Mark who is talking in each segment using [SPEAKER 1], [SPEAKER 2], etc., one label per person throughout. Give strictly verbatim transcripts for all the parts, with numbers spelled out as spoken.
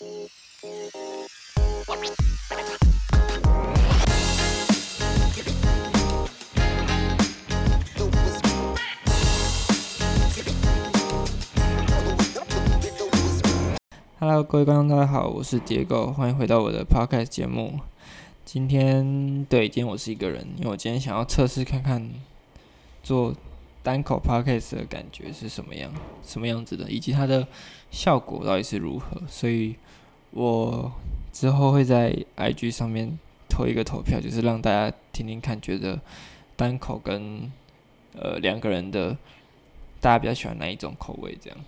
[SPEAKER 1] Hello， 各位观众，大家好，我是杰狗，欢迎回到我的 Podcast 节目。今天，对，今天我是一个人，因为我今天想要测试看看做单口 Podcast 的感觉是什么样、什么样子的，以及它的效果到底是如何。所以，我之后会在 I G 上面投一个投票，就是让大家听听看，觉得单口跟呃两个人的，大家比较喜欢哪一种口味这样。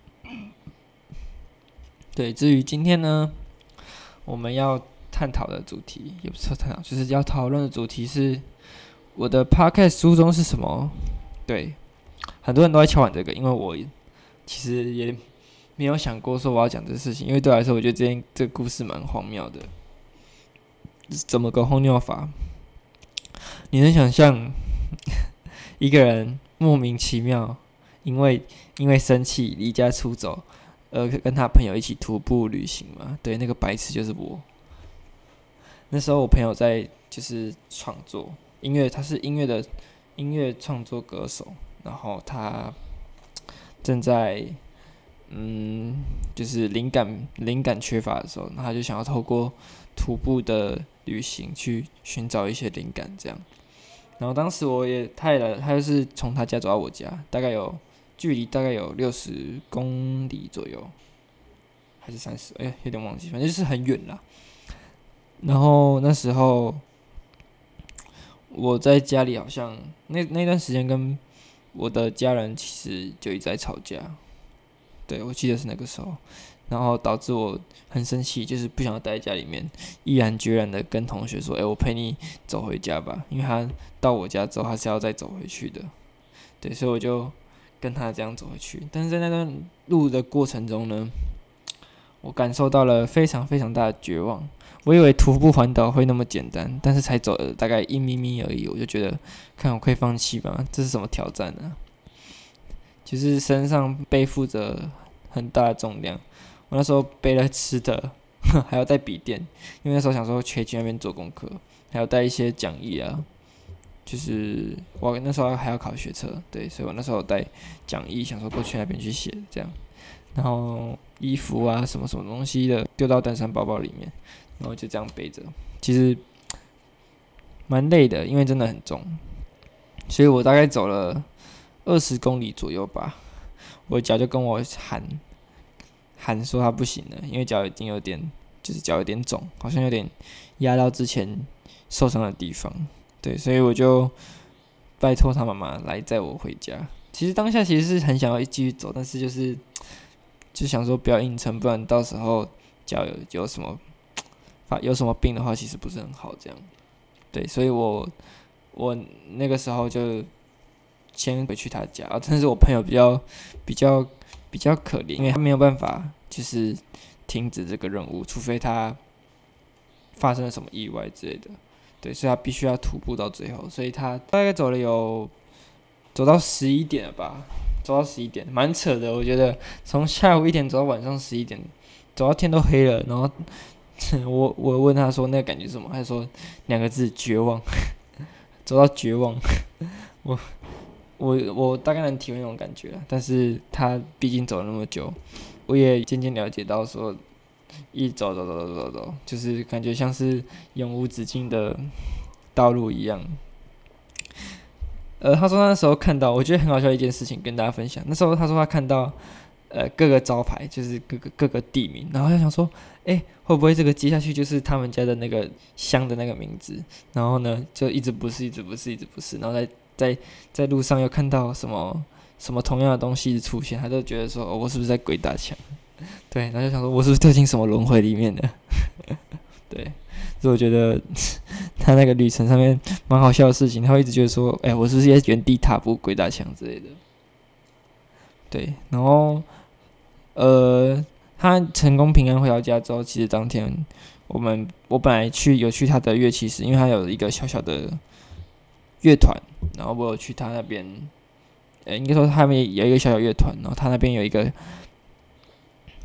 [SPEAKER 1] 对，至于今天呢，我们要探讨的主题，也不是探讨，就是要讨论的主题是我的 podcast 初衷是什么？对，很多人都在敲碗这个，因为我其实也没有想过说我要讲这个事情，因为对我来说，我觉得这件这个故事蛮荒谬的。怎么个荒谬法？你能想象一个人莫名其妙因为因为生气离家出走？呃，跟他朋友一起徒步旅行嘛，对，那个白痴就是我。那时候我朋友在就是创作音乐，他是音乐的音乐创作歌手，然后他正在嗯，就是灵感灵感缺乏的时候，那他就想要透过徒步的旅行去寻找一些灵感，这样。然后当时我也他也来，他就是从他家走到我家，大概有。距离大概有六十公里左右，还是三十？哎，有点忘记，反正就是很远啦。然后那时候我在家里，好像那那段时间跟我的家人其实就一直在吵架。对，我记得是那个时候，然后导致我很生气，就是不想要待在家里面，毅然决然的跟同学说：“哎，我陪你走回家吧。”因为他到我家之后，他是要再走回去的。对，所以我就。跟他这样走回去，但是在那段路的过程中呢，我感受到了非常非常大的绝望。我以为徒步环岛会那么简单，但是才走了大概一咪咪而已，我就觉得，看我可以放弃吧，这是什么挑战呢、啊？就是身上背负着很大的重量，我那时候背了吃的，还要带笔电，因为那时候想说可以去那边做功课，还要带一些讲义啊。就是我那时候还要考学测，对，所以我那时候有带讲义，想说过去那边去写这样，然后衣服啊什么什么东西的丢到登山包包里面，然后就这样背着，其实蛮累的，因为真的很重，所以我大概走了二十公里左右吧，我脚就跟我喊喊说他不行了，因为脚已经有点就是脚有点肿，好像有点压到之前受伤的地方。对，所以我就拜托他妈妈来载我回家。其实当下其实是很想要继续走，但是就是就想说不要硬撑，不然到时候脚有有什么发有什么病的话，其实不是很好这样。对，所以我我那个时候就先回去他家，啊、但是我朋友比较比较比较可怜，因为他没有办法就是停止这个任务，除非他发生了什么意外之类的。对，所以他必须要徒步到最后，所以他大概走了有走到十一点了吧，走到十一点，蛮扯的。我觉得从下午一点走到晚上十一点，走到天都黑了。然后我我问他说那个感觉是什么，他说两个字：绝望。走到绝望，我我我大概能体会那种感觉，但是他毕竟走了那么久，我也渐渐了解到说。一走走走走走走，就是感觉像是永无止境的道路一样。呃，他说那时候看到，我觉得很好笑的一件事情跟大家分享。那时候他说他看到呃各个招牌，就是各个各个地名，然后他想说，哎、欸，会不会这个接下去就是他们家的那个乡的那个名字？然后呢，就一直不是，一直不是，一直不是，然后在在在路上又看到什么什么同样的东西出现，他就觉得说，哦，我是不是在鬼打墙？对，然后就想说，我是不是掉进什么轮回里面的？对，所以我觉得他那个旅程上面蛮好笑的事情，他会一直觉得说，哎、欸，我是不是在原地踏步、鬼打墙之类的？对，然后呃，他成功平安回到家之后，其实当天我们我本来去有去他的乐器室，因为他有一个小小的乐团，然后我有去他那边，呃，应该说他们有一个小小乐团，然后他那边有一个。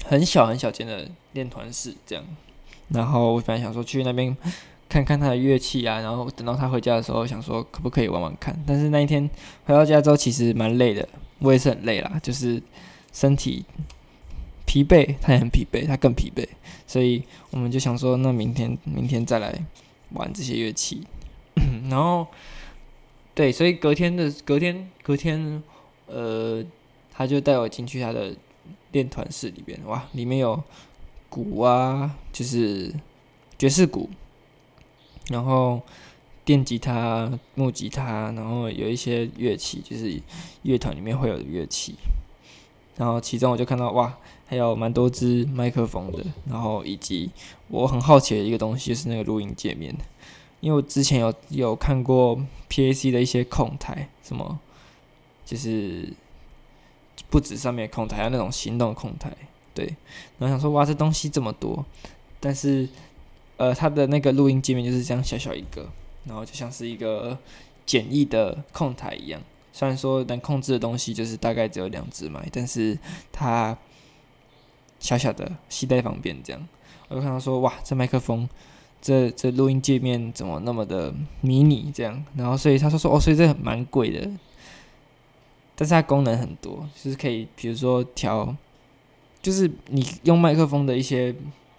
[SPEAKER 1] 很小很小间的练团室这样。然后我本来想说去那边看看他的乐器啊，然后等到他回家的时候，想说可不可以玩玩看。但是那一天回到家之后，其实蛮累的，我也是很累啦，就是身体疲惫，他也很疲惫，他更疲惫，所以我们就想说，那明天明天再来玩这些乐器。然后对，所以隔天的隔天隔天，呃，他就带我进去他的练团室里边，哇，里面有鼓啊，就是爵士鼓，然后电吉他、木吉他，然后有一些乐器，就是乐团里面会有的乐器。然后其中我就看到哇，还有蛮多支麦克风的，然后以及我很好奇的一个东西就是那个录音界面，因为我之前有有看过 P A C 的一些控台，什么就是不止上面的控台，还有那种行动控台，对。然后想说哇，这东西这么多，但是呃，它的那个录音界面就是这样小小一个，然后就像是一个简易的控台一样。虽然说能控制的东西就是大概只有两只麦，但是它小小的携带方便这样。我就看到说哇，这麦克风，这这录音界面怎么那么的迷你这样？然后所以他说说哦，所以这蛮贵的，但是它功能很多，就是可以比如说调，就是你用麦克风的一些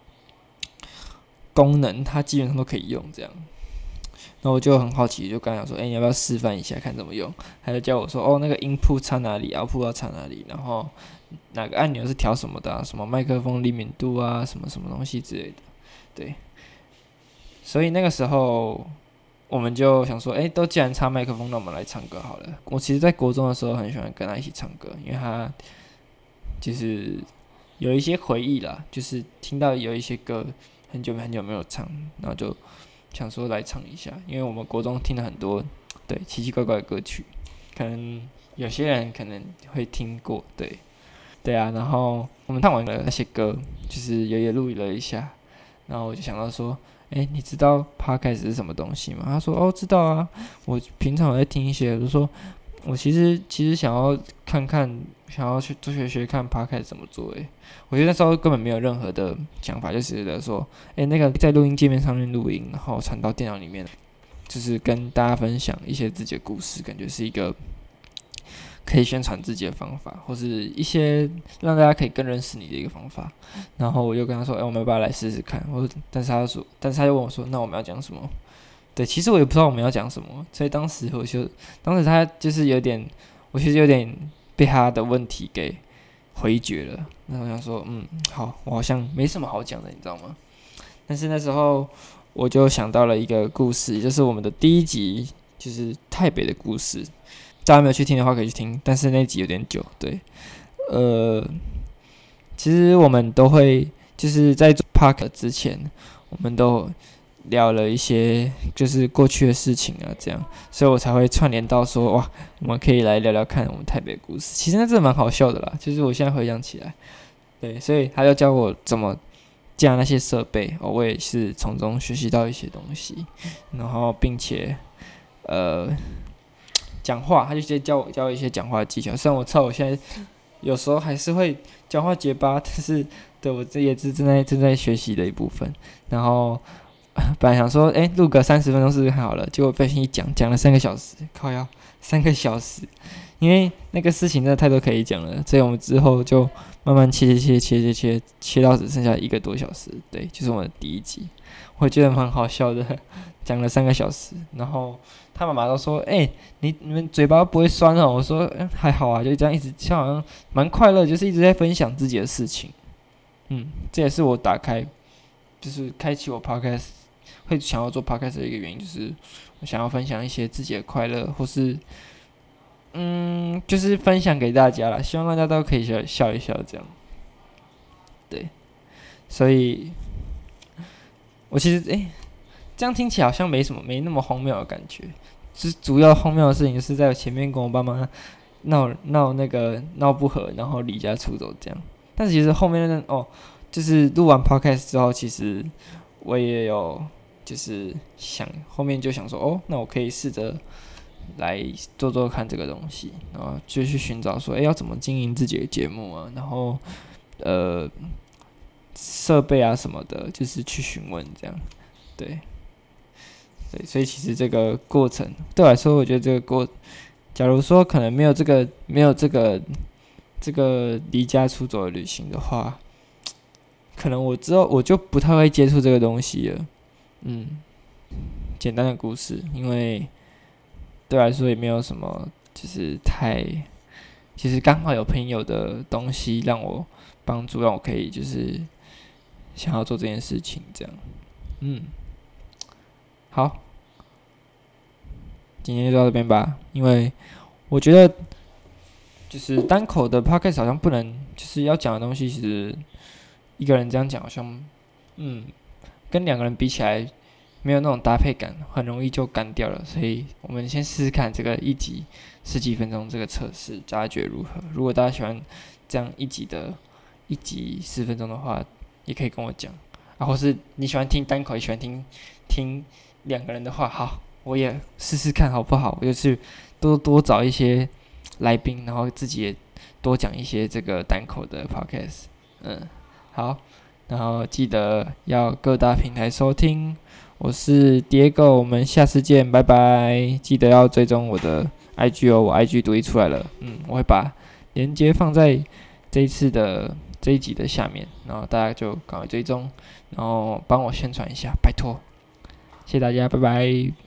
[SPEAKER 1] 功能，它基本上都可以用这样。然后我就很好奇，就跟他讲说，哎、欸，你要不要示范一下，看怎么用？他就教我说，哦，那个 input 插哪里 ，output 要插哪里，然后哪个按钮是调什么的、啊，什么麦克风灵敏度啊，什么什么东西之类的，对。所以那个时候我们就想说，哎、欸，都既然插麦克风，那我们来唱歌好了。我其实，在国中的时候很喜欢跟他一起唱歌，因为他就是有一些回忆啦，就是听到有一些歌很久很久没有唱，然后就想说来唱一下，因为我们国中听了很多对奇奇怪怪的歌曲，可能有些人可能会听过，对对啊。然后我们唱完了那些歌，就是也也录了一下，然后我就想到说，哎、欸，你知道 Podcast 是什么东西吗？他说，哦，知道啊，我平常有在听一些。我就说，我其实其实想要看看，想要去多学学看 Podcast 怎么做。哎，我觉得那时候根本没有任何的想法，就是觉得说，哎、欸，那个在录音界面上面录音，然后传到电脑里面，就是跟大家分享一些自己的故事，感觉是一个可以宣传自己的方法，或是一些让大家可以更认识你的一个方法。然后我就跟他说，哎、欸，我们要不要来试试看？我但是他就说，但是他就问我说，那我们要讲什么？对，其实我也不知道我们要讲什么，所以当时我就，当时他就是有点，我其实有点被他的问题给回绝了。然后我想说，嗯，好，我好像没什么好讲的，你知道吗？但是那时候我就想到了一个故事，就是我们的第一集，就是台北的故事。大家没有去听的话可以去听，但是那集有点久，对，呃，其实我们都会就是在做 Park 之前，我们都聊了一些就是过去的事情啊，这样，所以我才会串联到说，哇，我们可以来聊聊看我们台北的故事。其实那真的蛮好笑的啦，就是我现在回想起来，对，所以他就教我怎么架那些设备，哦，我也是从中学习到一些东西，然后并且呃讲话，他就直接教我教我一些讲话的技巧。虽然我知道我现在有时候还是会讲话结巴，但是对我这也是正在正在学习的一部分。然后本来想说，哎、欸，录个三十分钟是不是还好了？结果不小心一讲，讲了三个小时，靠腰三个小时，因为那个事情真的太多可以讲了，所以我们之后就慢慢切切切切切切切到只剩下一个多小时。对，就是我们的第一集，我觉得蛮好笑的，讲了三个小时，然后他妈妈都说，哎、欸，你你们嘴巴不会酸哦？我说，嗯，还好啊，就这样一直，像好像蛮快乐，就是一直在分享自己的事情。嗯，这也是我打开，就是开启我 podcast 会想要做 podcast 的一个原因，就是我想要分享一些自己的快乐，或是嗯，就是分享给大家啦，希望大家都可以笑笑一笑，这样。对，所以我其实哎、欸，这样听起来好像没什么，没那么荒谬的感觉。只主要荒谬的事情就是在我前面跟我爸妈闹闹那个闹不和，然后离家出走这样。但是其实后面那哦，就是录完 podcast 之后，其实我也有就是想后面就想说，哦，那我可以试着来做做看这个东西，然后就去寻找说，哎、欸，要怎么经营自己的节目啊？然后呃设备啊什么的，就是去询问这样，对，对，所以其实这个过程对我来说，我觉得这个过，假如说可能没有这个没有这个这个离家出走的旅行的话，可能我之后我就不太会接触这个东西了，嗯，简单的故事，因为对我来说也没有什么，就是太，其实刚好有朋友的东西让我帮助，让我可以就是想要做这件事情，这样，嗯，好，今天就到这边吧，因为我觉得就是单口的 podcast 好像不能，就是要讲的东西，其实一个人这样讲好像，嗯，跟两个人比起来，没有那种搭配感，很容易就干掉了。所以我们先试试看这个一集十几分钟这个测试，大家觉得如何？如果大家喜欢这样一集的，一集十分钟的话，也可以跟我讲。啊，或是你喜欢听单口，也喜欢听听两个人的话，好，我也试试看好不好？我就去多多找一些来宾，然后自己也多讲一些这个单口的 podcast。嗯，好，然后记得要各大平台收听。我是 Diego，我们下次见，拜拜！记得要追踪我的 I G 哦，我 I G 独立出来了，嗯，我会把连接放在这一次的这一集的下面，然后大家就赶快追踪，然后帮我宣传一下，拜托，谢谢大家，拜拜。